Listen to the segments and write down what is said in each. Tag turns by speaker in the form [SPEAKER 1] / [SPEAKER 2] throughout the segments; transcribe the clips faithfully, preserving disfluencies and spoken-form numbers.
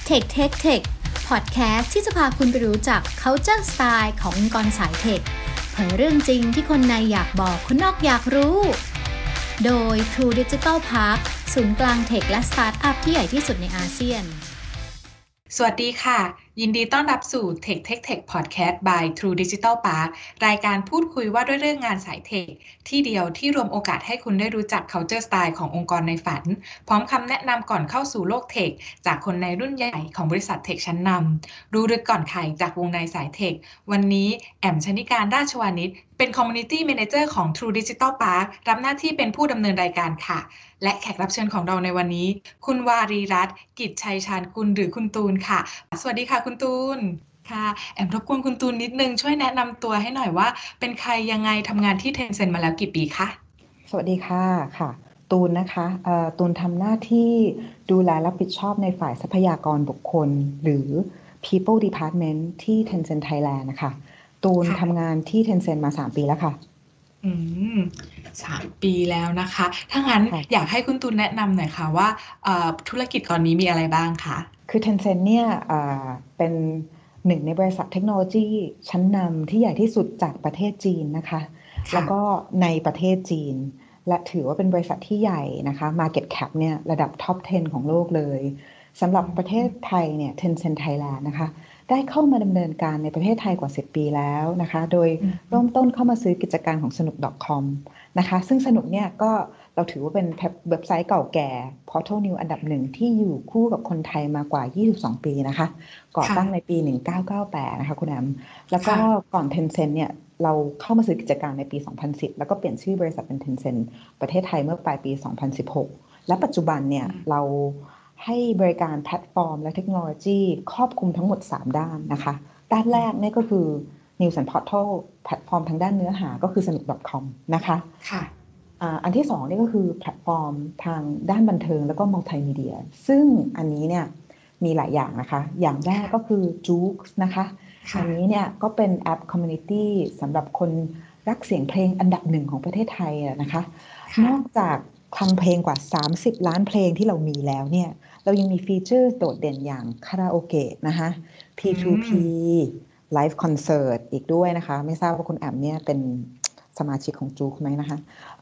[SPEAKER 1] Tech Tech Tech พอดแคสต์ที่จะพาคุณไปรู้จัก Culture Style ขององค์กรสายเทคเผยเรื่องจริงที่คนในอยากบอกคนนอกอยากรู้โดย True Digital Park ศูนย์กลางเทคและสตาร์ทอัพที่ใหญ่ที่สุดในอาเซียน
[SPEAKER 2] สวัสดีค่ะยินดีต้อนรับสู่ Tech Tech Tech Podcast by True Digital Park รายการพูดคุยว่าด้วยเรื่องงานสายเทคที่เดียวที่รวมโอกาสให้คุณได้รู้จัก Culture Style ขององค์กรในฝันพร้อมคำแนะนำก่อนเข้าสู่โลกเทคจากคนในรุ่นใหญ่ของบริษัทเทคชั้นนำรู้ลึกก่อนใครจากวงในสายเทควันนี้แอมชนิการราชวานิชเป็น Community Manager ของ True Digital Park รับหน้าที่เป็นผู้ดำเนินรายการค่ะและแขกรับเชิญของเราในวันนี้คุณวารีรัตน์กิจชัยชาญกุลหรือคุณตูนค่ะสวัสดีค่ะคุณตูนค่ะแอมรบกวนคุณตูนนิดนึงช่วยแนะนำตัวให้หน่อยว่าเป็นใครยังไงทำงานที่ Tencent มาแล้วกี่ปีคะ
[SPEAKER 3] สวัสดีค่ะค่ะตูนนะคะเอ่อตูนทำหน้าที่ดูแลรับผิดชอบในฝ่ายทรัพยากรบุคคลหรือ People Department ที่ Tencent Thailand นะคะตูนทำงานที่ Tencent มาสามปีแล้วค่ะ
[SPEAKER 2] อืมสามปีแล้วนะคะถ้างั้นอยากให้คุณตูนแนะนำหน่อยค่ะว่าธุรกิจตอนนี้มีอะไรบ้างคะ
[SPEAKER 3] คือ Tencent เนี่ยเป็นหนึ่งในบริษัทเทคโนโลยีชั้นนำที่ใหญ่ที่สุดจากประเทศจีนนะคะแล้วก็ในประเทศจีนและถือว่าเป็นบริษัทที่ใหญ่นะคะ Market Cap เนี่ยระดับ Top สิบ ของโลกเลยสำหรับประเทศไทยเนี่ย Tencent Thailand นะคะได้เข้ามาดำเนินการในประเทศไทยกว่าสิบปีแล้วนะคะโดยเริ่มต้นเข้ามาซื้อกิจการของสนุก .com นะคะซึ่งสนุกเนี่ยก็เราถือว่าเป็นเว็บไซต์เก่าแก่ Portal News อันดับหนึ่งที่อยู่คู่กับคนไทยมากว่ายี่สิบสองปีนะคะก่อตั้งในปีหนึ่งพันเก้าร้อยเก้าสิบแปดนะคะคุณแอมแล้วก็ก่อน Tencent เนี่ยเราเข้ามาซื้อกิจการในปีสองพันสิบแล้วก็เปลี่ยนชื่อบริษัทเป็น Tencent ประเทศไทยเมื่อปลายปีสองพันสิบหกและปัจจุบันเนี่ยเราให้บริการแพลตฟอร์มและเทคโนโลยีครอบคลุมทั้งหมดสามด้านนะคะด้านแรกนี่ก็คือ News and Portal แพลตฟอร์มทางด้านเนื้อหาก็คือสนุก .com นะคะ
[SPEAKER 2] ค่ะ
[SPEAKER 3] อันที่สองนี่ก็คือแพลตฟอร์มทางด้านบันเทิงแล้วก็มัลติมีเดียซึ่งอันนี้เนี่ยมีหลายอย่างนะคะอย่างแรกก็คือ Joox นะคะอันนี้เนี่ยก็เป็นแอปคอมมูนิตี้สำหรับคนรักเสียงเพลงอันดับหนึ่งของประเทศไทยนะคะนอกจากคลังเพลงกว่าสามสิบล้านเพลงที่เรามีแล้วเนี่ยเรายังมีฟีเจอร์โดดเด่นอย่างคาราโอเกะนะคะ พี ทู พี ไลฟ์คอนเสิร์ตอีกด้วยนะคะไม่ทราบว่าคุณแอมเนี่ยเป็นสมาชิกของจู๊กไหมนะคะ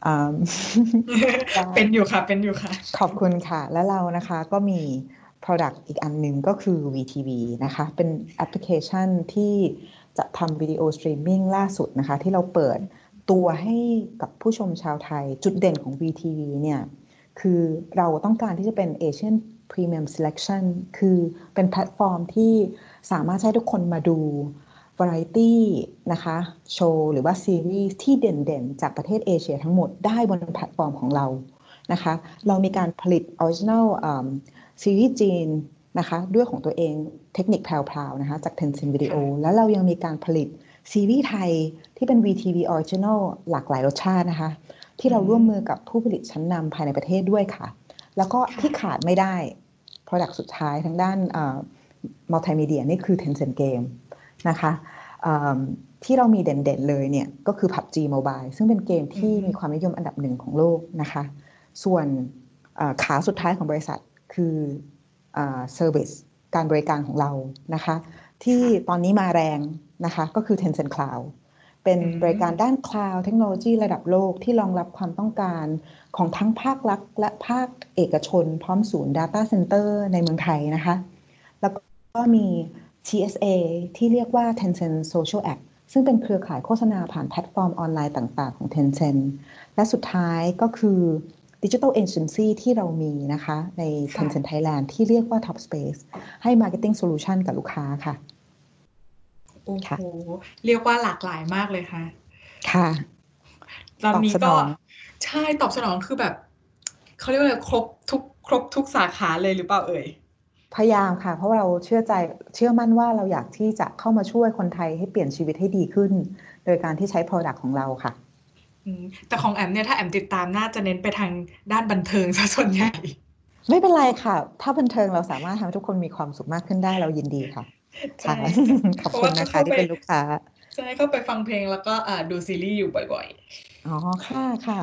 [SPEAKER 2] เป็นอยู่ค่ะเป็นอยู่ค่ะ
[SPEAKER 3] ขอบคุณค่ะแล้วเรานะคะก็มี product อีกอันหนึ่งก็คือ วี ที วี นะคะเป็นแอปพลิเคชันที่จะทำวิดีโอสตรีมมิ่งล่าสุดนะคะที่เราเปิดตัวให้กับผู้ชมชาวไทยจุดเด่นของ วี ที วี เนี่ยคือเราต้องการที่จะเป็น Asian Premium Selection คือเป็นแพลตฟอร์มที่สามารถให้ทุกคนมาดูวาไรตี้นะคะโชว์หรือว่าซีรีส์ที่เด่นๆจากประเทศเอเชียทั้งหมดได้บนแพลตฟอร์มของเรานะคะเรามีการผลิตออริจินัลซีรีส์จีนนะคะด้วยของตัวเองเทคนิคแพรวๆนะคะจาก Tencent Video แล้วเรายังมีการผลิตซีรีส์ไทยที่เป็น วี ที วี Original หลากหลายรสชาตินะคะที่เราร่วมมือกับผู้ผลิตชั้นนำภายในประเทศด้วยค่ะแล้วก็ที่ขาดไม่ได้ Product สุดท้ายทางด้านมัลติมีเดียนี่คือ Tencent Game นะคะที่เรามีเด่นๆเลยเนี่ยก็คือ พับจี Mobile ซึ่งเป็นเกมที่มีความนิยมอันดับหนึ่งของโลกนะคะส่วนขาสุดท้ายของบริษัทคือ Service การบริการของเรานะคะที่ตอนนี้มาแรงนะคะก็คือ Tencent Cloud เป็นบริการด้าน Cloud เทคโนโลยีระดับโลกที่รองรับความต้องการของทั้งภาครัฐและภาคเอกชนพร้อมศูนย์ Data Center ในเมืองไทยนะคะแล้วก็มี ที เอส เอ ที่เรียกว่า Tencent Social App ซึ่งเป็นเครือข่ายโฆษณาผ่านแพลตฟอร์มออนไลน์ต่างๆของ Tencent และสุดท้ายก็คือ Digital Agency ที่เรามีนะคะใน Tencent Thailand ที่เรียกว่า Top Space ให้ Marketing Solution กับลูกค้าค่ะ
[SPEAKER 2] โอ้โหเรียกว่าหลากหลายมากเลยค่ะ
[SPEAKER 3] ค่ะ
[SPEAKER 2] ตอนนี้ก็ใช่ตอบสนองคือแบบเขาเรียกว่าอะไรครบทุกครบทุกสาขาเลยหรือเปล่าเอ่ย
[SPEAKER 3] พยายามค่ะเพราะเราเชื่อใจเชื่อมั่นว่าเราอยากที่จะเข้ามาช่วยคนไทยให้เปลี่ยนชีวิตให้ดีขึ้นโดยการที่ใช้ product ของเราค่ะ
[SPEAKER 2] แต่ของแอมเนี่ยถ้าแอมติดตามน่าจะเน้นไปทางด้านบันเทิงซะส่วนใหญ่
[SPEAKER 3] ไม่เป็นไรค่ะถ้าบันเทิงเราสามารถทำให้ทุกคนมีความสุขมากขึ้นได้เรายินดีค่ะค่ะขอบคุณนะคะที่เป็นลูกค้า
[SPEAKER 2] ใช่เข้าไปฟังเพลงแล้วก็ดูซีรีส์อยู่บ่อย
[SPEAKER 3] ๆอ๋อค่ะค่ะ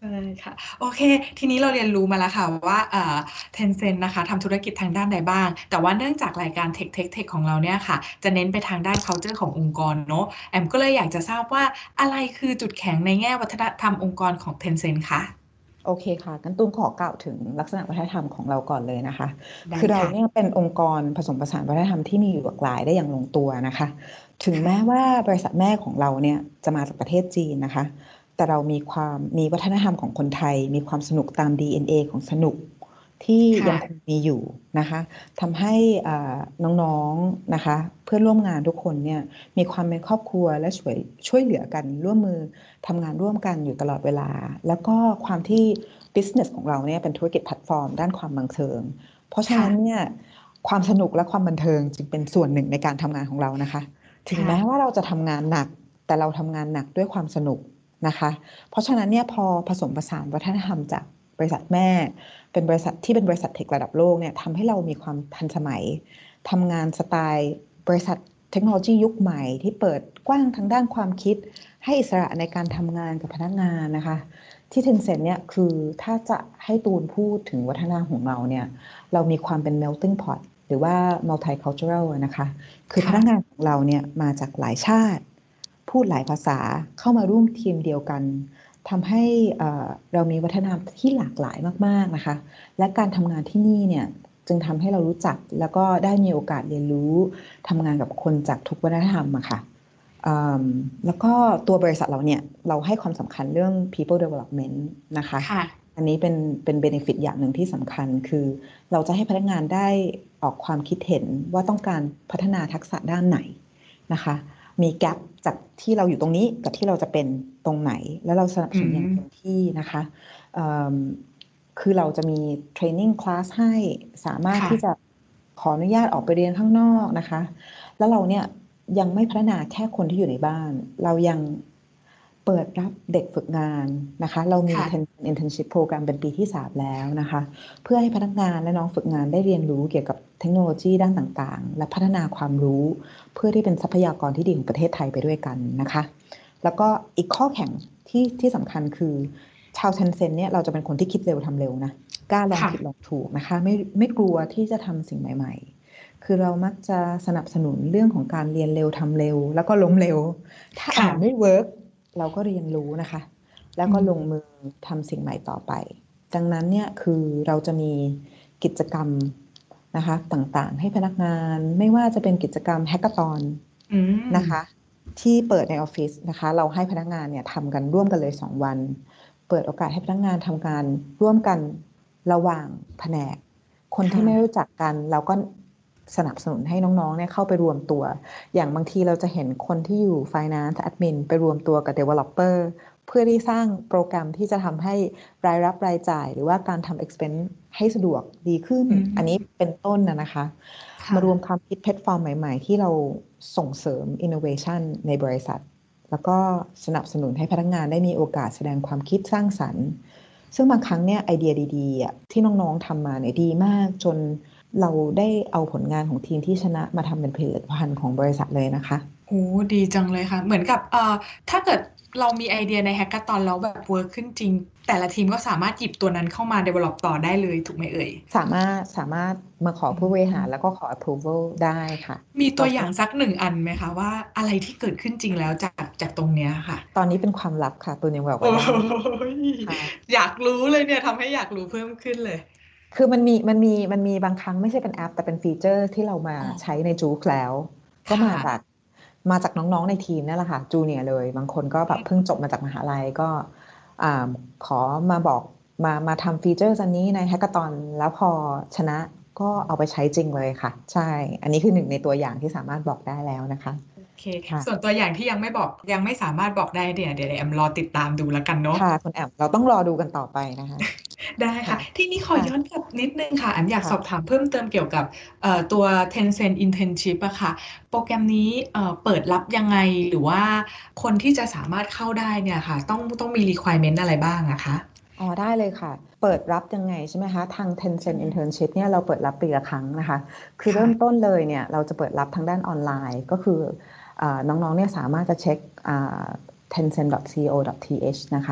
[SPEAKER 2] ใช่ค่ะโอเคทีนี้เราเรียนรู้มาแล้วค่ะว่าเอ่อ Tencent นะคะทำธุรกิจทางด้านใดบ้างแต่ว่าเนื่องจากรายการ Tech Tech Tech ของเราเนี่ยค่ะจะเน้นไปทางด้าน culture ขององค์กรเนาะแอมก็เลยอยากจะทราบว่าอะไรคือจุดแข็งในแง่วัฒนธรรมองค์กรของ Tencent คะ
[SPEAKER 3] โอเคค่ะงั้นตูนขอกล่าวถึงลักษณะวัฒนธรรมของเราก่อนเลยนะคะ
[SPEAKER 2] ได้
[SPEAKER 3] คือเรา
[SPEAKER 2] ค่ะ
[SPEAKER 3] เนี่ยเป็นองค์กรผสมผสานวัฒนธรรมที่มีอยู่หลากหลายได้อย่างลงตัวนะคะถึงแม้
[SPEAKER 2] ค่ะ
[SPEAKER 3] ว่าบริษัทแม่ของเราเนี่ยจะมาจากประเทศจีนนะคะแต่เรามีความมีวัฒนธรรมของคนไทยมีความสนุกตาม ดี เอ็น เอ ของสนุกที่ยังคง
[SPEAKER 2] ค่ะ
[SPEAKER 3] มีอยู่นะคะทำให้อ่าน้องๆนะคะเพื่อนร่วมงานทุกคนเนี่ยมีความเป็นครอบครัวและช่วยช่วยเหลือกันร่วมมือทำงานร่วมกันอยู่ตลอดเวลาแล้วก็ความที่ business ของเราเนี่ยเป็นธุรกิจแพลตฟอร์มด้านความบันเทิงเพราะฉะนั้น
[SPEAKER 2] ค่ะ
[SPEAKER 3] เนี่ยความสนุกและความบันเทิงจึงเป็นส่วนหนึ่งในการทำงานของเรานะคะถึง
[SPEAKER 2] ค่ะ
[SPEAKER 3] แม้ว่าเราจะทำงานหนักแต่เราทำงานหนักด้วยความสนุกนะคะเพราะฉะนั้นเนี่ยพอผสมผสานวัฒนธรรมจากบริษัทแม่เป็นบริษัทที่เป็นบริษัทเทคระดับโลกเนี่ยทำให้เรามีความทันสมัยทำงานสไตล์บริษัทเทคโนโลยียุคใหม่ที่เปิดกว้างทางด้านความคิดให้อิสระในการทำงานกับพนักงานนะคะที่ Tencent เนี่ยคือถ้าจะให้ตูนพูดถึงวัฒนธรรมของเราเนี่ยเรามีความเป็น melting pot หรือว่า multicultural นะคะคือพนักงาน
[SPEAKER 2] ค่ะ
[SPEAKER 3] ของเราเนี่ยมาจากหลายชาติพูดหลายภาษาเข้ามาร่วมทีมเดียวกันทำให้เอ่อเรามีวัฒนธรรมที่หลากหลายมากๆนะคะและการทำงานที่นี่เนี่ยจึงทำให้เรารู้จักแล้วก็ได้มีโอกาสเรียนรู้ทำงานกับคนจากทุกวัฒนธรรมอะค่ะ อืมแล้วก็ตัวบริษัทเราเนี่ยเราให้ความสำคัญเรื่อง people development นะคะ
[SPEAKER 2] ค่ะ
[SPEAKER 3] อันนี้เป็นเป็น benefit อย่างหนึ่งที่สำคัญคือเราจะให้พนักงานได้ออกความคิดเห็นว่าต้องการพัฒนาทักษะด้านไหนนะคะมีแกลบจากที่เราอยู่ตรงนี้กับที่เราจะเป็นตรงไหนแล้วเราสนับส
[SPEAKER 2] อื
[SPEAKER 3] นุนอย่างเต็ม
[SPEAKER 2] ม
[SPEAKER 3] ที่นะคะอืมคือเราจะมี training class ให้สามารถที่จะ
[SPEAKER 2] ค่ะ
[SPEAKER 3] ขออนุญาตออกไปเรียนข้างนอกนะคะแล้วเราเนี่ย ยังไม่พัฒนาแค่คนที่อยู่ในบ้าน เรายังเปิดรับเด็กฝึกงานนะคะ เรามี
[SPEAKER 2] ค่ะ
[SPEAKER 3] internship program เป็นปีที่สามแล้วนะคะ เพื่อให้พนักงานและน้องฝึกงานได้เรียนรู้เกี่ยวกับเทคโนโลยีด้านต่างๆ และพัฒนาความรู้เพื่อที่เป็นทรัพยากรที่ดีของประเทศไทยไปด้วยกันนะคะ แล้วก็อีกข้อแข่งที่ที่สำคัญคือชาว Tencent เนี่ยเราจะเป็นคนที่คิดเร็วทำเร็วนะกล้าลอง
[SPEAKER 2] ค่ะ
[SPEAKER 3] ผิดลองถูกนะคะไม่ไม่กลัวที่จะทำสิ่งใหม่ๆ คือเรามักจะสนับสนุนเรื่องของการเรียนเร็วทำเร็วแล้วก็ล้มเร็วถ้าอันไหนไม่
[SPEAKER 2] ค่ะ
[SPEAKER 3] เวิร์กเราก็เรียนรู้นะคะแล้ว
[SPEAKER 2] อื
[SPEAKER 3] ก็ลง
[SPEAKER 2] ม
[SPEAKER 3] มือทำสิ่งใหม่ต่อไปดังนั้นเนี่ยคือเราจะมีกิจกรรมนะคะต่างๆให้พนักงานไม่ว่าจะเป็นกิจกรรมแฮกเกอร์ตอน
[SPEAKER 2] อืม
[SPEAKER 3] นะคะที่เปิดในออฟฟิศนะคะเราให้พนักงานเนี่ยทำกันร่วมกันเลยสองวันเปิดโอกาสให้พนักงานทำการร่วมกันระหว่างแผนกคนที่ไม่
[SPEAKER 2] ค่ะ
[SPEAKER 3] รู้จักกันเราก็สนับสนุนให้น้องๆเนี่ยเข้าไปรวมตัวอย่างบางทีเราจะเห็นคนที่อยู่ Finance Admin ไปรวมตัวกับ Developer เพื่อที่สร้างโปรแกรมที่จะทำให้รายรับรายจ่ายหรือว่าการทำ expense ให้สะดวกดีขึ้น
[SPEAKER 2] อื
[SPEAKER 3] อันนี้
[SPEAKER 2] ม
[SPEAKER 3] เป็นต้นนะนะคะ
[SPEAKER 2] ค่ะ
[SPEAKER 3] มารวมความคิดแพลตฟอร์มใหม่ๆที่เราส่งเสริม innovation ในบริษัทแล้วก็สนับสนุนให้พนักงานได้มีโอกาสแสดงความคิดสร้างสรรค์ซึ่งบางครั้งเนี่ยไอเดียดีๆอ่ะที่น้องๆทำมาเนี่ยดีมากจนเราได้เอาผลงานของทีมที่ชนะมาทำเป็นผลิตภัณฑ์ของบริษัทเลยนะคะ
[SPEAKER 2] โอ้ดีจังเลยค่ะเหมือนกับเอ่อถ้าเกิดเรามีไอเดียในแฮกเกอร์ตอนแล้วแบบเวิร์คขึ้นจริงแต่ละทีมก็สามารถหยิบตัวนั้นเข้ามา develop ต่อได้เลยถูกไหมเอ่ย
[SPEAKER 3] สามารถสามารถมาขอ
[SPEAKER 2] อื
[SPEAKER 3] ผู้บริหารแล้ว
[SPEAKER 2] ม
[SPEAKER 3] ก็ขอ approval ได้ค่ะ
[SPEAKER 2] มีตั
[SPEAKER 3] เรา
[SPEAKER 2] วอย่างสักหนึ่งอันไหมคะว่าอะไรที่เกิดขึ้นจริงแล้วจากจากตรงเนี้ยค่ะ
[SPEAKER 3] ตอนนี้เป็นความลับค่ะตัวยังบอก
[SPEAKER 2] โอ้
[SPEAKER 3] ไว้ได้
[SPEAKER 2] ย
[SPEAKER 3] ค่ะ
[SPEAKER 2] อยากรู้เลยเนี่ยทำให้อยากรู้เพิ่มขึ้นเลย
[SPEAKER 3] คือมันมีมันมีมันมีบางครั้งไม่ใช่เป็นแอปแต่เป็นฟีเจอร์ที่เรามา
[SPEAKER 2] อ๋อ
[SPEAKER 3] ใช้ในจู๊กแล้วก็
[SPEAKER 2] ค่ะ
[SPEAKER 3] มาจากมาจากน้องๆในทีมนั่นแหละค่ะจูเนียร์เลยบางคนก็แบบเพิ่งจบมาจากมหาลัยก็อ่าขอมาบอกมามาทำฟีเจอร์อันนี้ในแฮกเกอร์ตอนแล้วพอชนะก็เอาไปใช้จริงเลยค่ะใช่อันนี้คือหนึ่งในตัวอย่างที่สามารถบอกได้แล้วนะคะ
[SPEAKER 2] โอเค
[SPEAKER 3] ค่ะ
[SPEAKER 2] ส่วนตัวอย่างที่ยังไม่บอกยังไม่สามารถบอกได้เดี๋ยวเดี๋ยวแอมรอติดตามดูแล้วกันเนาะ
[SPEAKER 3] ค่ะคุณแอมเราต้องรอดูกันต่อไปนะคะ
[SPEAKER 2] ได้ค่ะ
[SPEAKER 3] ค่ะ
[SPEAKER 2] ทีนี้ขอ
[SPEAKER 3] ค่ะ
[SPEAKER 2] ย้อนกลับนิดนึงค่ะอันอยากสอบ
[SPEAKER 3] ค่ะ
[SPEAKER 2] ถามเพิ่มเติมเกี่ยวกับเอ่อตัว Tencent Internship อะค่ะโปรแกรมนี้เอ่อเปิดรับยังไงหรือว่าคนที่จะสามารถเข้าได้เนี่ยค่ะต้องต้องมี requirement อะไรบ้างอะคะ
[SPEAKER 3] อ๋อได้เลยค่ะเปิดรับยังไงใช่ไหมคะทาง
[SPEAKER 2] ใช่
[SPEAKER 3] Tencent Internship เนี่ยเราเปิดรับปีละครั้งนะคะคือเริ่ม
[SPEAKER 2] ค่ะ
[SPEAKER 3] ต้นเลยเนี่ยเราจะเปิดรับทางด้านออนไลน์ก็คืออาน้องๆเนี่ยสามารถจะเช็คอ่า tencent ดอท ซี โอ ดอท ที เอช นะคะ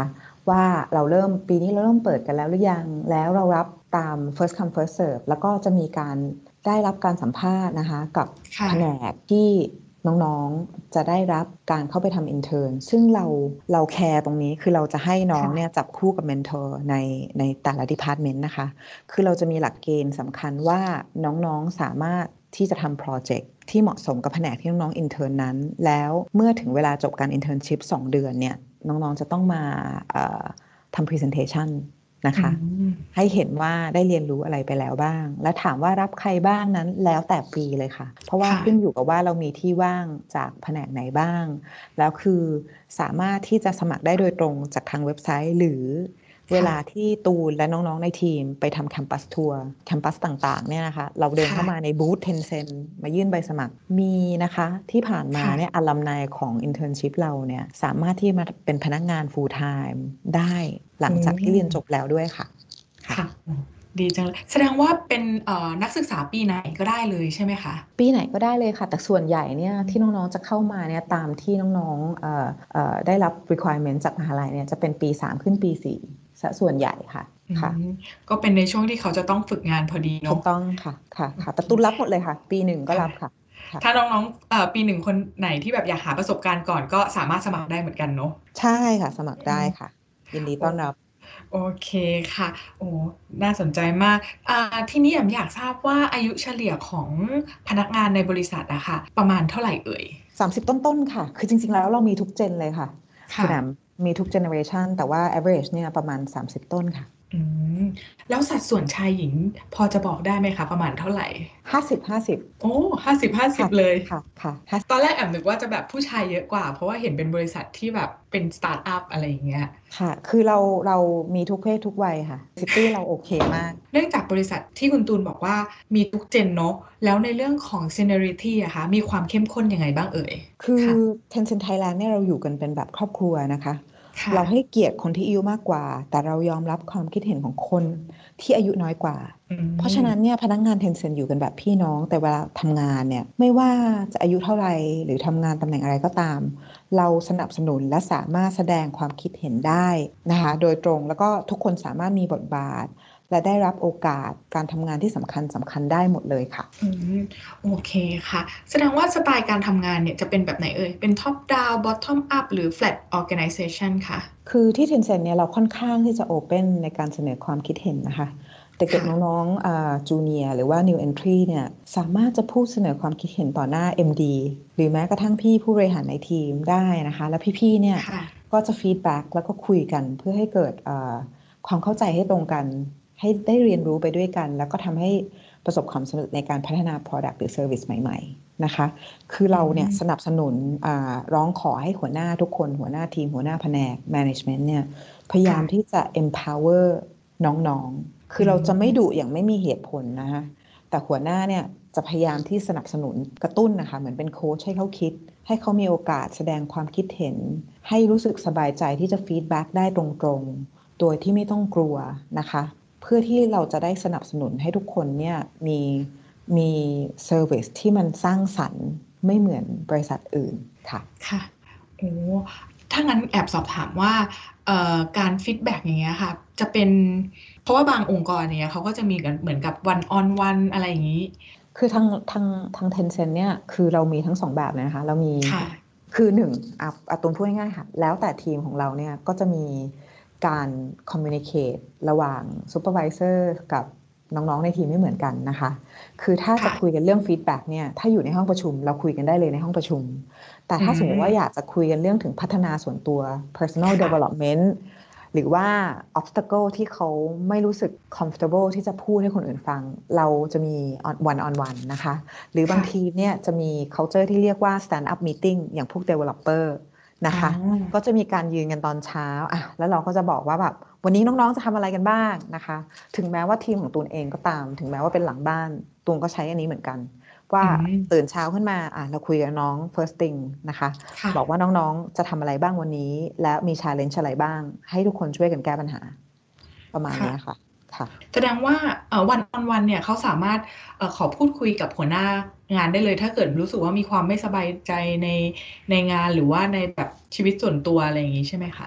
[SPEAKER 3] ว่าเราเริ่มปีนี้เราเริ่มเปิดกันแล้วหรือยังแล้วเรารับตาม first come first serve แล้วก็จะมีการได้รับการสัมภาษณ์นะคะกับแผนกที่น้องๆจะได้รับการเข้าไปทำ intern ซึ่งเราเราแคร์ตรงนี้คือเราจะให้น้องเนี่ยจับคู่กับ mentor ในในแต่ละ department นะคะคือเราจะมีหลักเกณฑ์สำคัญว่าน้องๆสามารถที่จะทำโปรเจกต์ที่เหมาะสมกับแผนกที่น้องๆ intern นั้นแล้วเมื่อถึงเวลาจบการ internship สองเดือนเนี่ยน้องๆจะต้องมาทำ presentation นะคะให้เห็นว่าได้เรียนรู้อะไรไปแล้วบ้างและถามว่ารับใครบ้างนั้นแล้วแต่ปีเลยค่ะเพราะว่าขึ้นอยู่กับว่าเรามีที่ว่างจากแผนกไหนบ้างแล้วคือสามารถที่จะสมัครได้โดยตรงจากทางเว็บไซต์หรือเวลาที่ตูนและน้องๆในทีมไปทำแคมปัสทัวร์แคมปัสต่างๆเนี่ยนะคะเราเดินเข้ามาในบูธ Tencent มายื่นใบสมัครมีนะคะที่ผ่านมาเนี่ยอลัมไนของ internship เราเนี่ยสามารถที่มาเป็นพนักงาน full time ได้หลังจากที่เรียนจบแล้วด้วยค่ะ
[SPEAKER 2] ค่ะดีจังเลยแสดงว่าเป็นนักศึกษาปีไหนก็ได้เลยใช่ไหมคะ
[SPEAKER 3] ปีไหนก็ได้เลยค่ะแต่ส่วนใหญ่เนี่ยที่น้องๆจะเข้ามาเนี่ยตามที่น้องๆเอ่อเอ่อได้รับ requirement จากมหาลัยเนี่ยจะเป็นปีสามขึ้นปีสี่ส่วนใหญ่ค่ะค่ะ
[SPEAKER 2] ก็เป็นในช่วงที่เขาจะต้องฝึกงานพอดีเนาะ
[SPEAKER 3] ถูกต้องค่ะค่ะค่ะแต่ตุ้นรับหมดเลยค่ะปีหนึ่งก็รับค่ะ
[SPEAKER 2] ถ้าน้องๆเอ่อปีหนึ่งคนไหนที่แบบอยากหาประสบการณ์ก่อนก็สามารถสมัครได้เหมือนกันเนาะ
[SPEAKER 3] ใช่ค่ะสมัครได้ค่ะยินดีต้อนรับ
[SPEAKER 2] โอเคค่ะโอ้น่าสนใจมากอ่าทีนี้อยากทราบว่าอายุเฉลี่ยของพนักงานในบริษัทอะค่ะประมาณเท่าไหร่เอ่ย
[SPEAKER 3] สามสิบต้นๆค่ะคือจริงๆแล้วเรามีทุกเจนเลยค่ะคุณแอมมีทุกเจเนอเรชันแต่ว่า average เนี่ยประมาณสามสิบต้นค่ะ
[SPEAKER 2] อืมแล้วสัดส่วนชายหญิงพอจะบอกได้ไหมคะประมาณเท่าไหร่
[SPEAKER 3] ห้าสิบ ห้าสิบ
[SPEAKER 2] โอ้ห้าสิบ ห้าสิบเลย
[SPEAKER 3] ค่ะค่ะ
[SPEAKER 2] ตอนแรกแอบนึกว่าจะแบบผู้ชายเยอะกว่าเพราะว่าเห็นเป็นบริษัทที่แบบเป็นสตาร์ทอัพอะไรอย่างเงี้ย
[SPEAKER 3] ค่ะคือเราเรามีทุกเพศทุกวัยค่ะซิตี้เราโอเคมาก
[SPEAKER 2] เนื่องจากบริษัทที่คุณตูนบอกว่ามีทุกเจนเนาะแล้วในเรื่องของ seniority อะคะมีความเข้มข้นยังไงบ้างเอ่ย
[SPEAKER 3] คือ Tencent Thailand เนี่ยเราอยู่กันเป็นแบบครอบครัวนะคะเราให้เกียรติคนที่อายุมากกว่าแต่เรายอมรับความคิดเห็นของคนที่อายุน้อยกว่าเพราะฉะนั้นเนี่ยพนักงาน Tencent อยู่กันแบบพี่น้องแต่เวลาทำงานเนี่ยไม่ว่าจะอายุเท่าไหร่หรือทำงานตำแหน่งอะไรก็ตามเราสนับสนุนและสามารถแสดงความคิดเห็นได้นะคะโดยตรงแล้วก็ทุกคนสามารถมีบทบาทและได้รับโอกาสการทำงานที่สำคัญสำคัญได้หมดเลยค่ะ
[SPEAKER 2] อืมโอเคค่ะแสดงว่าสไตล์การทำงานเนี่ยจะเป็นแบบไหนเอ่ยเป็น top down bottom up หรือ flat organization ค่ะ
[SPEAKER 3] คือที่ Tencent เนี่ยเราค่อนข้างที่จะ open ในการเสนอความคิดเห็นนะคะเด็กๆน้องๆจูเนียร์หรือว่า new entry เนี่ยสามารถจะพูดเสนอความคิดเห็นต่อหน้า เอ็ม ดี หรือแม้กระทั่งพี่ผู้บริหารในทีมได้นะคะแล้วพี่ๆเนี่ยก็จะ feedback แล้วก็คุยกันเพื่อให้เกิดความเข้าใจให้ตรงกันให้ได้เรียนรู้ไปด้วยกันแล้วก็ทำให้ประสบความสำเร็จในการพัฒนา product หรือ service ใหม่ๆนะคะคือเราเนี่ยสนับสนุนร้องขอให้หัวหน้าทุกคนหัวหน้าทีมหัวหน้าแผนก management เนี่ยพยายามที่จะ empower น้องๆคือเราจะไม่ดุอย่างไม่มีเหตุผลนะคะแต่หัวหน้าเนี่ยจะพยายามที่สนับสนุนกระตุ้นนะคะเหมือนเป็นโค้ชให้เขาคิดให้เขามีโอกาสแสดงความคิดเห็นให้รู้สึกสบายใจที่จะ feedback ได้ตรงๆโดยที่ไม่ต้องกลัวนะคะเพื่อที่เราจะได้สนับสนุนให้ทุกคนเนี่ยมีมีเซอร์วิสที่มันสร้างสรรค์ไม่เหมือนบริษัทอื่นค่ะ
[SPEAKER 2] ค่ะโอ้ถ้างั้นแอบสอบถามว่าการฟีดแบ็กอย่างเงี้ยค่ะจะเป็นเพราะว่าบางองค์กรเนี่ยเขาก็จะมีกันเหมือนกับ one on one อะไรอย่างนี้
[SPEAKER 3] คือทางทางทาง Tencent เนี่ยคือเรามีทั้งสองแบบเลยนะคะเรามีคือหนึ่งอ่ะอ่ะตูนพูดง่ายๆค่ะแล้วแต่ทีมของเราเนี่ยก็จะมีการคอมมิวนิเคตระหว่างซูเปอร์วิเซอร์กับน้องๆในทีมไม่เหมือนกันนะคะคือถ้าจะคุยกันเรื่องฟีดแบ็กเนี่ยถ้าอยู่ในห้องประชุมเราคุยกันได้เลยในห้องประชุมแต่ถ้าสมมติว่าอยากจะคุยกันเรื่องถึงพัฒนาส่วนตัว personal development หรือว่า obstacle ที่เขาไม่รู้สึก comfortable ที่จะพูดให้คนอื่นฟังเราจะมี one on one นะคะหรือบางทีเนี่ยจะมี culture ที่เรียกว่า stand up meeting อย่างพวก developerนะคะก็จะมีการยืนกันตอนเช้าอ่ะแล้วเราก็จะบอกว่าแบบวันนี้น้องๆจะทำอะไรกันบ้างนะคะถึงแม้ว่าทีมของตูนเองก็ตามถึงแม้ว่าเป็นหลังบ้านตูนก็ใช้อันนี้เหมือนกันว่าตื่นเช้าขึ้นมาอ่ะเราคุยกับน้อง first thing นะคะบอกว่าน้องๆจะทำอะไรบ้างวันนี้และมี challenge อะไรบ้างให้ทุกคนช่วยกันแก้ปัญหาประมาณนี้ค่ะค่ะ
[SPEAKER 2] แสดงว่าวันออนวันเนี่ยเขาสามารถขอพูดคุยกับหัวหน้างานได้เลยถ้าเกิดรู้สึกว่ามีความไม่สบายใจในในงานหรือว่าในแบบชีวิตส่วนตัวอะไรอย่างนี้ใช่ไหมคะ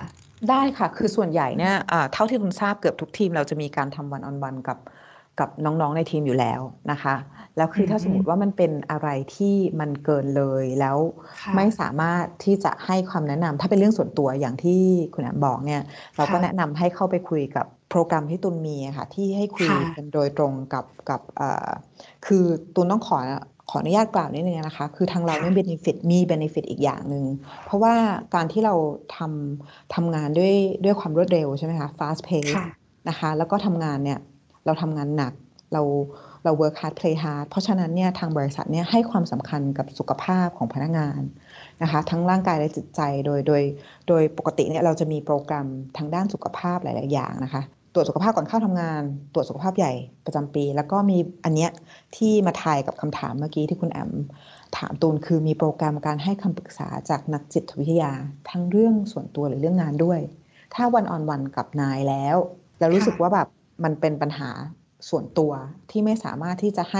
[SPEAKER 3] ได้ค่ะคือส่วนใหญ่เนี่ยอ่าเท่าที่คุณทราบเกือบทุกทีมเราจะมีการทำวันออนวันกับกับน้องๆในทีมอยู่แล้วนะคะแล้วคือถ้าสมมติว่ามันเป็นอะไรที่มันเกินเลยแล้วไม่สามารถที่จะให้ความแนะนำถ้าเป็นเรื่องส่วนตัวอย่างที่คุณแอมบอกเนี่ยเราก็แนะนำให้เข้าไปคุยกับโปรแกรมที่ตุนมีค่ะที่ให้คุยกันโดยตรงกับกับเอ่อคือตุนต้องขอขออนุญาตกล่าวนิดนึงนะคะคือทางเราเนี่ยเบเนฟิตมีเบเนฟิตอีกอย่างหนึ่งเพราะว่าการที่เราทำทำงานด้วยด้วยความรวดเร็วใช่ไหมคะ fast pace นะคะแล้วก็ทำงานเนี่ยเราทำงานหนักเราเรา work hard play hard เพราะฉะนั้นเนี่ยทางบริษัทเนี่ยให้ความสำคัญกับสุขภาพของพนักงานนะคะทั้งร่างกายและจิตใจโดยโดยโดยปกติเนี่ยเราจะมีโปรแกรมทางด้านสุขภาพหลายๆอย่างนะคะตรวจสุขภาพก่อนเข้าทำงานตรวจสุขภาพใหญ่ประจำปีแล้วก็มีอันเนี้ยที่มาทายกับคำถามเมื่อกี้ที่คุณแอมถามตูนคือมีโปรแกรมการให้คำปรึกษาจากนักจิตวิทยาทั้งเรื่องส่วนตัวหรือเรื่องงานด้วยถ้าวันออนวันกับนายแล้วเรารู้สึกว่าแบบมันเป็นปัญหาส่วนตัวที่ไม่สามารถที่จะให้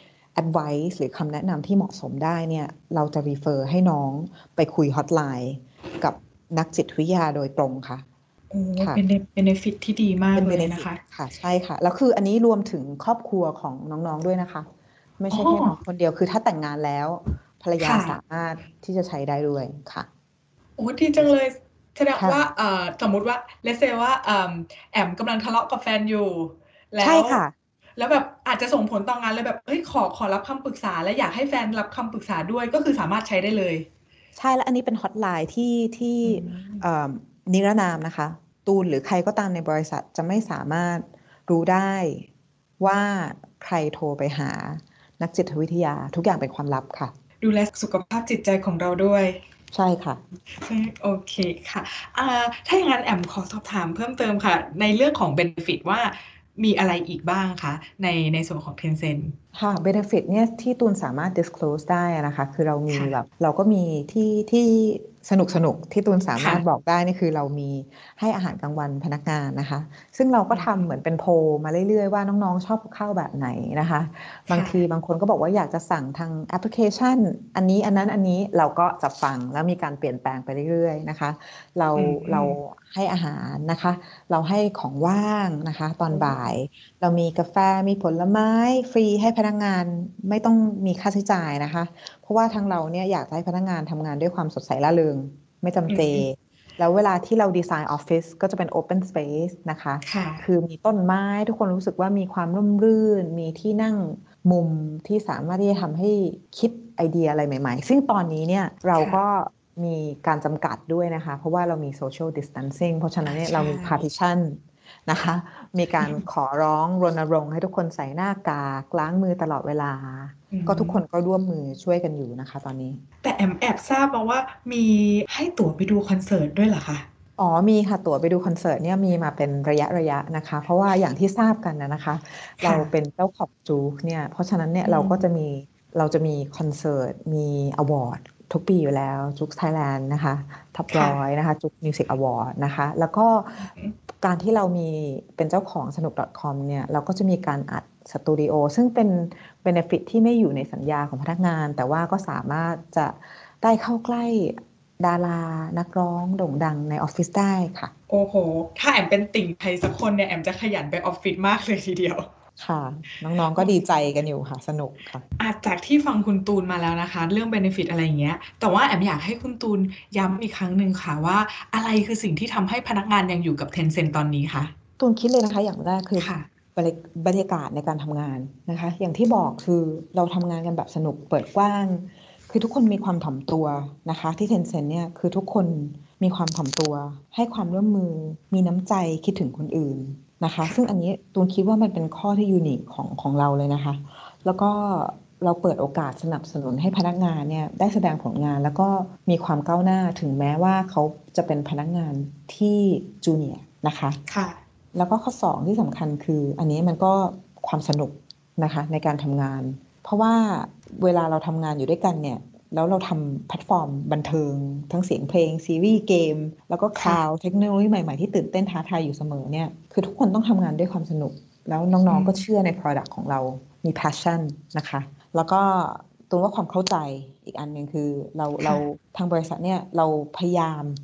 [SPEAKER 3] advice หรือคำแนะนำที่เหมาะสมได้เนี่ยเราจะ refer ให้น้องไปคุย hotline กับนักจิตวิทยาโดยตรงค่ะ
[SPEAKER 2] โอ้เป็นเบเนฟิตที่ดีมากเลยนะคะ
[SPEAKER 3] ค่ะใช่ค่ะแล้วคืออันนี้รวมถึงครอบครัวของน้องๆด้วยนะคะไม่ใช่แค่น้องคนเดียวคือถ้าแต่งงานแล้วภรรยาสามารถที่จะใช้ได้ด้วยค่ะ
[SPEAKER 2] โอ้ดีจังเลยแสดงว่าเอ่อสมมุติว่าเลสเซว่าเอ่อแอมกำลังทะเลาะกับแฟนอยู่แล้วใช่ค่ะแล้วแบบอาจจะส่งผลต่องานเลยแบบเฮ้ยขอขอรับคำปรึกษาและอยากให้แฟนรับคำปรึกษาด้วยก็คือสามารถใช้ได้เลย
[SPEAKER 3] ใช่แล้วอันนี้เป็นฮอตไลน์ที่ที่นิรนามนะคะตูนหรือใครก็ตามในบริษัทจะไม่สามารถรู้ได้ว่าใครโทรไปหานักจิตวิทยาทุกอย่างเป็นความลับค่ะ
[SPEAKER 2] ดูแลสุขภาพจิตใจของเราด้วย
[SPEAKER 3] ใช่ค่ะ
[SPEAKER 2] โอเคค่ะถ้าอย่างนั้นแอมขอสอบถามเพิ่มเติมค่ะในเรื่องของ benefit ว่ามีอะไรอีกบ้างคะในในส่วนของ Tencent
[SPEAKER 3] ค่ะ benefit เนี่ยที่ตูนสามารถ disclose ได้นะคะคือเรามีแบบเราก็มีที่ที่สนุกสนุกที่ตูนสามารถบอกได้นี่คือเรามีให้อาหารกลางวันพนักงานนะคะซึ่งเราก็ทำเหมือนเป็นโพลมาเรื่อยๆว่าน้องๆชอบข้าวแบบไหนนะคะบางทีบางคนก็บอกว่าอยากจะสั่งทางแอปพลิเคชันอันนี้อันนั้นอันนี้เราก็จะฟังแล้วมีการเปลี่ยนแปลงไปเรื่อยๆนะคะเราเราให้อาหารนะคะเราให้ของว่างนะคะตอนบ่ายเรามีกาแฟมีผลไม้ฟรีให้พนักงานไม่ต้องมีค่าใช้จ่ายนะคะเพราะว่าทางเราเนี่ยอยากให้พนักงานทำงานด้วยความสดใสร่าเริงไม่จำเจแล้วเวลาที่เราดีไซน์ออฟฟิศก็จะเป็น Open Space นะคะคือมีต้นไม้ทุกคนรู้สึกว่ามีความร่มรื่นมีที่นั่งมุมที่สามารถที่จะทำให้คิดไอเดียอะไรใหม่ๆซึ่งตอนนี้เนี่ยเราก็มีการจำกัดด้วยนะคะเพราะว่าเรามี social distancing เพราะฉะนั้นเนี่ยเรามี partition นะคะมีการขอร้องรณรงค์ให้ทุกคนใส่หน้ากากล้างมือตลอดเวลาก็ทุกคนก็ร่วมมือช่วยกันอยู่นะคะตอนนี้
[SPEAKER 2] แต่แอมแอบทราบมาว่ามีให้ตั๋วไปดูคอนเสิร์ตด้วยเหรอคะ
[SPEAKER 3] อ๋อมีค่ะตั๋วไปดูคอนเสิร์ตเนี่ยมีมาเป็นระยะระยะนะคะเพราะว่าอย่างที่ทราบกันนะคะเราเป็นเจ้าของจู๊กเนี่ยเพราะฉะนั้นเนี่ยเราก็จะมีเราจะมีคอนเสิร์ตมีอวอร์ดทุกปีอยู่แล้วจุ๊กไทยแลนด์นะคะท็อปร้อยนะคะจุ๊กมิวสิกอวอร์ดนะคะแล้วก็การที่เรามีเป็นเจ้าของสนุก .com เนี่ยเราก็จะมีการอัดสตูดิโอซึ่งเป็น benefit ที่ไม่อยู่ในสัญญาของพนักงานแต่ว่าก็สามารถจะได้เข้าใกล้ดารานักร้องโด่งดังในออฟฟิศได้ค่ะ
[SPEAKER 2] โอ้โหถ้าแอมเป็นติ่งใครสักคนเนี่ยแอมจะขยันไปออฟฟิศมากเลยทีเดียว
[SPEAKER 3] ค่ะน้องๆก็ดีใจกันอยู่ค่ะสนุกค่ะ
[SPEAKER 2] อาจจากที่ฟังคุณตูนมาแล้วนะคะเรื่อง benefit อะไรอย่างเงี้ยแต่ว่าแอมอยากให้คุณตูนย้ำอีกครั้งหนึ่งค่ะว่าอะไรคือสิ่งที่ทำให้พนักงานยังอยู่กับ Tencent ตอนนี้คะ
[SPEAKER 3] ตูนคิดเลยนะคะอย่างแรกคือบรรยากาศในการทำงานนะคะอย่างที่บอกคือเราทำงานกันแบบสนุกเปิดกว้างคือทุกคนมีความถ่อมตัวนะคะที่ Tencent เนี่ยคือทุกคนมีความถ่อมตัวให้ความร่วมมือมีน้ำใจคิดถึงคนอื่นนะคะซึ่งอันนี้ตูนคิดว่ามันเป็นข้อที่ยูนิคของของเราเลยนะคะแล้วก็เราเปิดโอกาสสนับสนุนให้พนักงานเนี่ยได้แสดงผลงานแล้วก็มีความก้าวหน้าถึงแม้ว่าเขาจะเป็นพนักงานที่จูเนียร์นะคะ
[SPEAKER 2] ค่ะ
[SPEAKER 3] แล้วก็ข้อสองที่สำคัญคืออันนี้มันก็ความสนุกนะคะในการทำงานเพราะว่าเวลาเราทำงานอยู่ด้วยกันเนี่ยแล้วเราทำแพลตฟอร์มบันเทิงทั้งเสียงเพลงซีรีส์เกมแล้วก็คลาวด์เทคโนโลยีใหม่ๆที่ตื่นเต้นท้าทายอยู่เสมอเนี่ยคือทุกคนต้องทำงานด้วยความสนุกแล้วน้องๆก็เชื่อใน product ของเรามี passion นะคะแล้วก็ตัวว่าความเข้าใจอีกอันนึงคือเราเราทางบริษัทเนี่ยเราพยายาม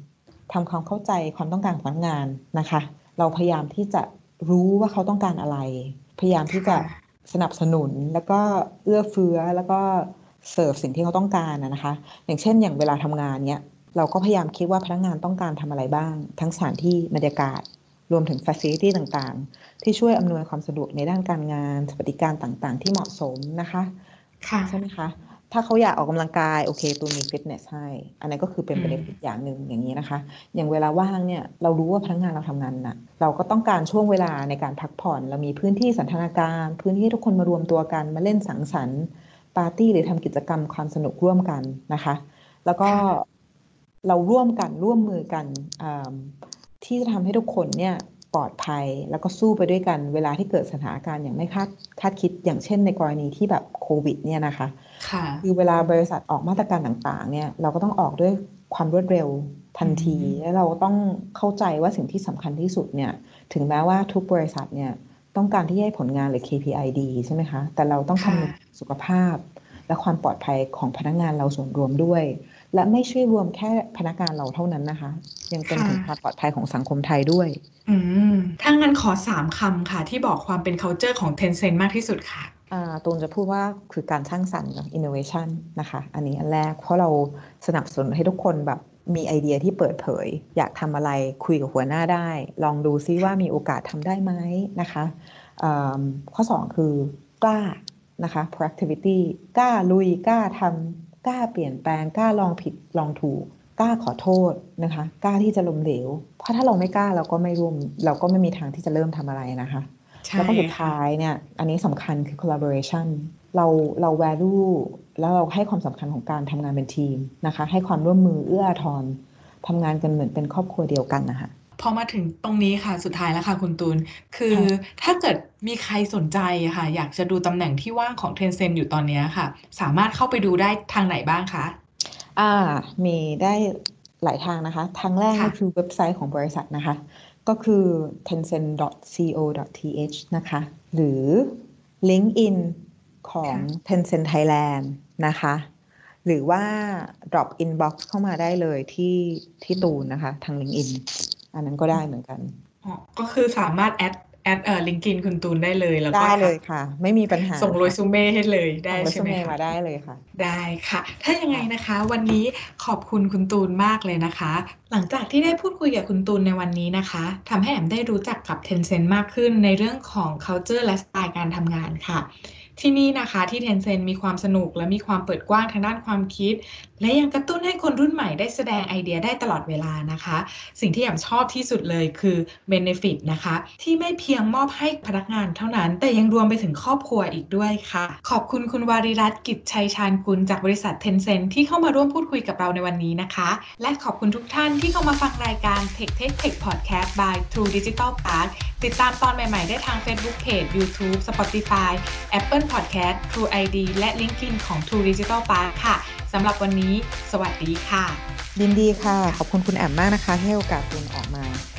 [SPEAKER 3] ทำความเข้าใจความต้องการของพนักงานนะคะเราพยายามที่จะรู้ว่าเขาต้องการอะไรพยายามที่จะสนับสนุนแล้วก็เอื้อเฟื้อแล้วก็เสิร์ฟสิ่งที่เขาต้องการนะคะอย่างเช่นอย่างเวลาทำงานเนี้ยเราก็พยายามคิดว่าพนักงานต้องการทำอะไรบ้างทั้งสถานที่บรรยากาศรวมถึง facility ต่างๆที่ช่วยอำนวยความสะดวกในด้านการงานสวัสดิการต่างๆที่เหมาะสมนะคะใช่ไหมคะถ้าเขาอยากออกกำลังกายโอเคตัวมีฟิตเนสให้อันนั้นก็คือเป็นประเด็นอย่างหนึ่งอย่างนี้นะคะอย่างเวลาว่างเนี่ยเรารู้ว่าพนักงานเราทำงานหนักเราก็ต้องการช่วงเวลาในการพักผ่อนเรามีพื้นที่สันทนาการพื้นที่ทุกคนมารวมตัวกันมาเล่นสังสรรค์ปาร์ตี้หรือทำกิจกรรมความสนุกร่วมกันนะคะแล้วก็เราร่วมกันร่วมมือกันที่จะทำให้ทุกคนเนี่ยปลอดภัยแล้วก็สู้ไปด้วยกันเวลาที่เกิดสถานการณ์อย่างไม่คาดคาดคิดอย่างเช่นในกรณีที่แบบโควิดเนี่ยนะคะคือเวลาบริษัทออกมาตรการต่างๆเนี่ยเราก็ต้องออกด้วยความรวดเร็วทันทีและเราต้องเข้าใจว่าสิ่งที่สำคัญที่สุดเนี่ยถึงแม้ว่าทุกบริษัทเนี่ยต้องการที่ให้ผลงานหรือ เค พี ไอ ดีใช่ไหมคะแต่เราต้องคำนึงสุขภาพและความปลอดภัยของพนักงานเราส่วนรวมด้วยและไม่ใช่รวมแค่พนักงานเราเท่านั้นนะคะยังเป็นถึงความปลอดภัยของสังคมไทยด้วย
[SPEAKER 2] อืมถ้างั้นขอสามคำค่ะที่บอกความเป็น culture ของ Tencent มากที่สุดค่ะ
[SPEAKER 3] อ่าตูนจะพูดว่าคือการสร้างสรรค์ innovation นะคะอันนี้อันแรกเพราะเราสนับสนุนให้ทุกคนแบบมีไอเดียที่เปิดเผยอยากทำอะไรคุยกับหัวหน้าได้ลองดูซิว่ามีโอกาสทำได้ไหมนะคะข้อสองคือกล้านะคะ proactivity กล้าลุยกล้าทำกล้าเปลี่ยนแปลงกล้าลองผิดลองถูกกล้าขอโทษนะคะกล้าที่จะล้มเหลวเพราะถ้าเราไม่กล้าเราก็ไม่ร่วมเราก็ไม่มีทางที่จะเริ่มทำอะไรนะคะแล้วก็สุดท้ายเนี่ยอันนี้สำคัญคือ collaboration เราเรา value แล้วเราให้ความสำคัญของการทำงานเป็นทีมนะคะให้ความร่วมมือเอื้ออาทรทำงานกันเหมือนเป็นครอบครัวเดียวกันนะคะ
[SPEAKER 2] พอมาถึงตรงนี้ค่ะสุดท้ายแล้วค่ะคุณตูนคือถ้าเกิดมีใครสนใจค่ะอยากจะดูตำแหน่งที่ว่างของ Tencent อยู่ตอนนี้ค่ะสามารถเข้าไปดูได้ทางไหนบ้างคะ
[SPEAKER 3] อ่ามีได้หลายทางนะคะทางแรกก็คือเว็บไซต์ของบริษัทนะคะก็คือ เทนเซ็นต์ ดอท ซี โอ ดอท ที เอช นะคะหรือ LinkedIn ของ Tencent Thailand นะคะหรือว่า drop inbox เข้ามาได้เลยที่ที่ตูนนะคะทาง LinkedIn อันนั้นก็ได้เหมือนกัน
[SPEAKER 2] อ๋อก็คือสามารถแอดแอดเอ่อ LinkedIn คุณตูนได้เลยแล้วก็
[SPEAKER 3] ได้เลยค่ะไม่มีปัญหา
[SPEAKER 2] ส่งเรซูเม่ให้เลยได้ใช่ไหมคะ
[SPEAKER 3] ส่งเรซูเม่มาได้เลยค่ะ
[SPEAKER 2] ได้ค่ะถ้ายังไงนะคะวันนี้ขอบคุณคุณตูนมากเลยนะคะหลังจากที่ได้พูดคุยกับคุณตูนในวันนี้นะคะทำให้แอมได้รู้จักกับ Tencent มากขึ้นในเรื่องของ culture และสไตล์การทำงานค่ะที่นี่นะคะที่ Tencent มีความสนุกและมีความเปิดกว้างทางด้านความคิดและยังกระตุ้นให้คนรุ่นใหม่ได้แสดงไอเดียได้ตลอดเวลานะคะสิ่งที่แอมชอบที่สุดเลยคือ benefit นะคะที่ไม่เพียงมอบให้พนักงานเท่านั้นแต่ยังรวมไปถึงครอบครัวอีกด้วยค่ะขอบคุณคุณวารีรัตน์กิจชัยชาญกุลจากบริษัท Tencent ที่เข้ามาร่วมพูดคุยกับเราในวันนี้นะคะและขอบคุณทุกท่านที่เข้ามาฟังรายการ Tech Tech Tech Podcast by True Digital Park ติดตามตอนใหม่ๆได้ทาง Facebook Page YouTube Spotify Apple Podcast True ไอ ดี และ LinkedIn ของ True Digital Park ค่ะสำหรับวันนี้สวัสดีค่ะ
[SPEAKER 3] ยินดีค่ะขอบคุณคุณแอมมากนะคะที่ให้โอกาสตูนออกมา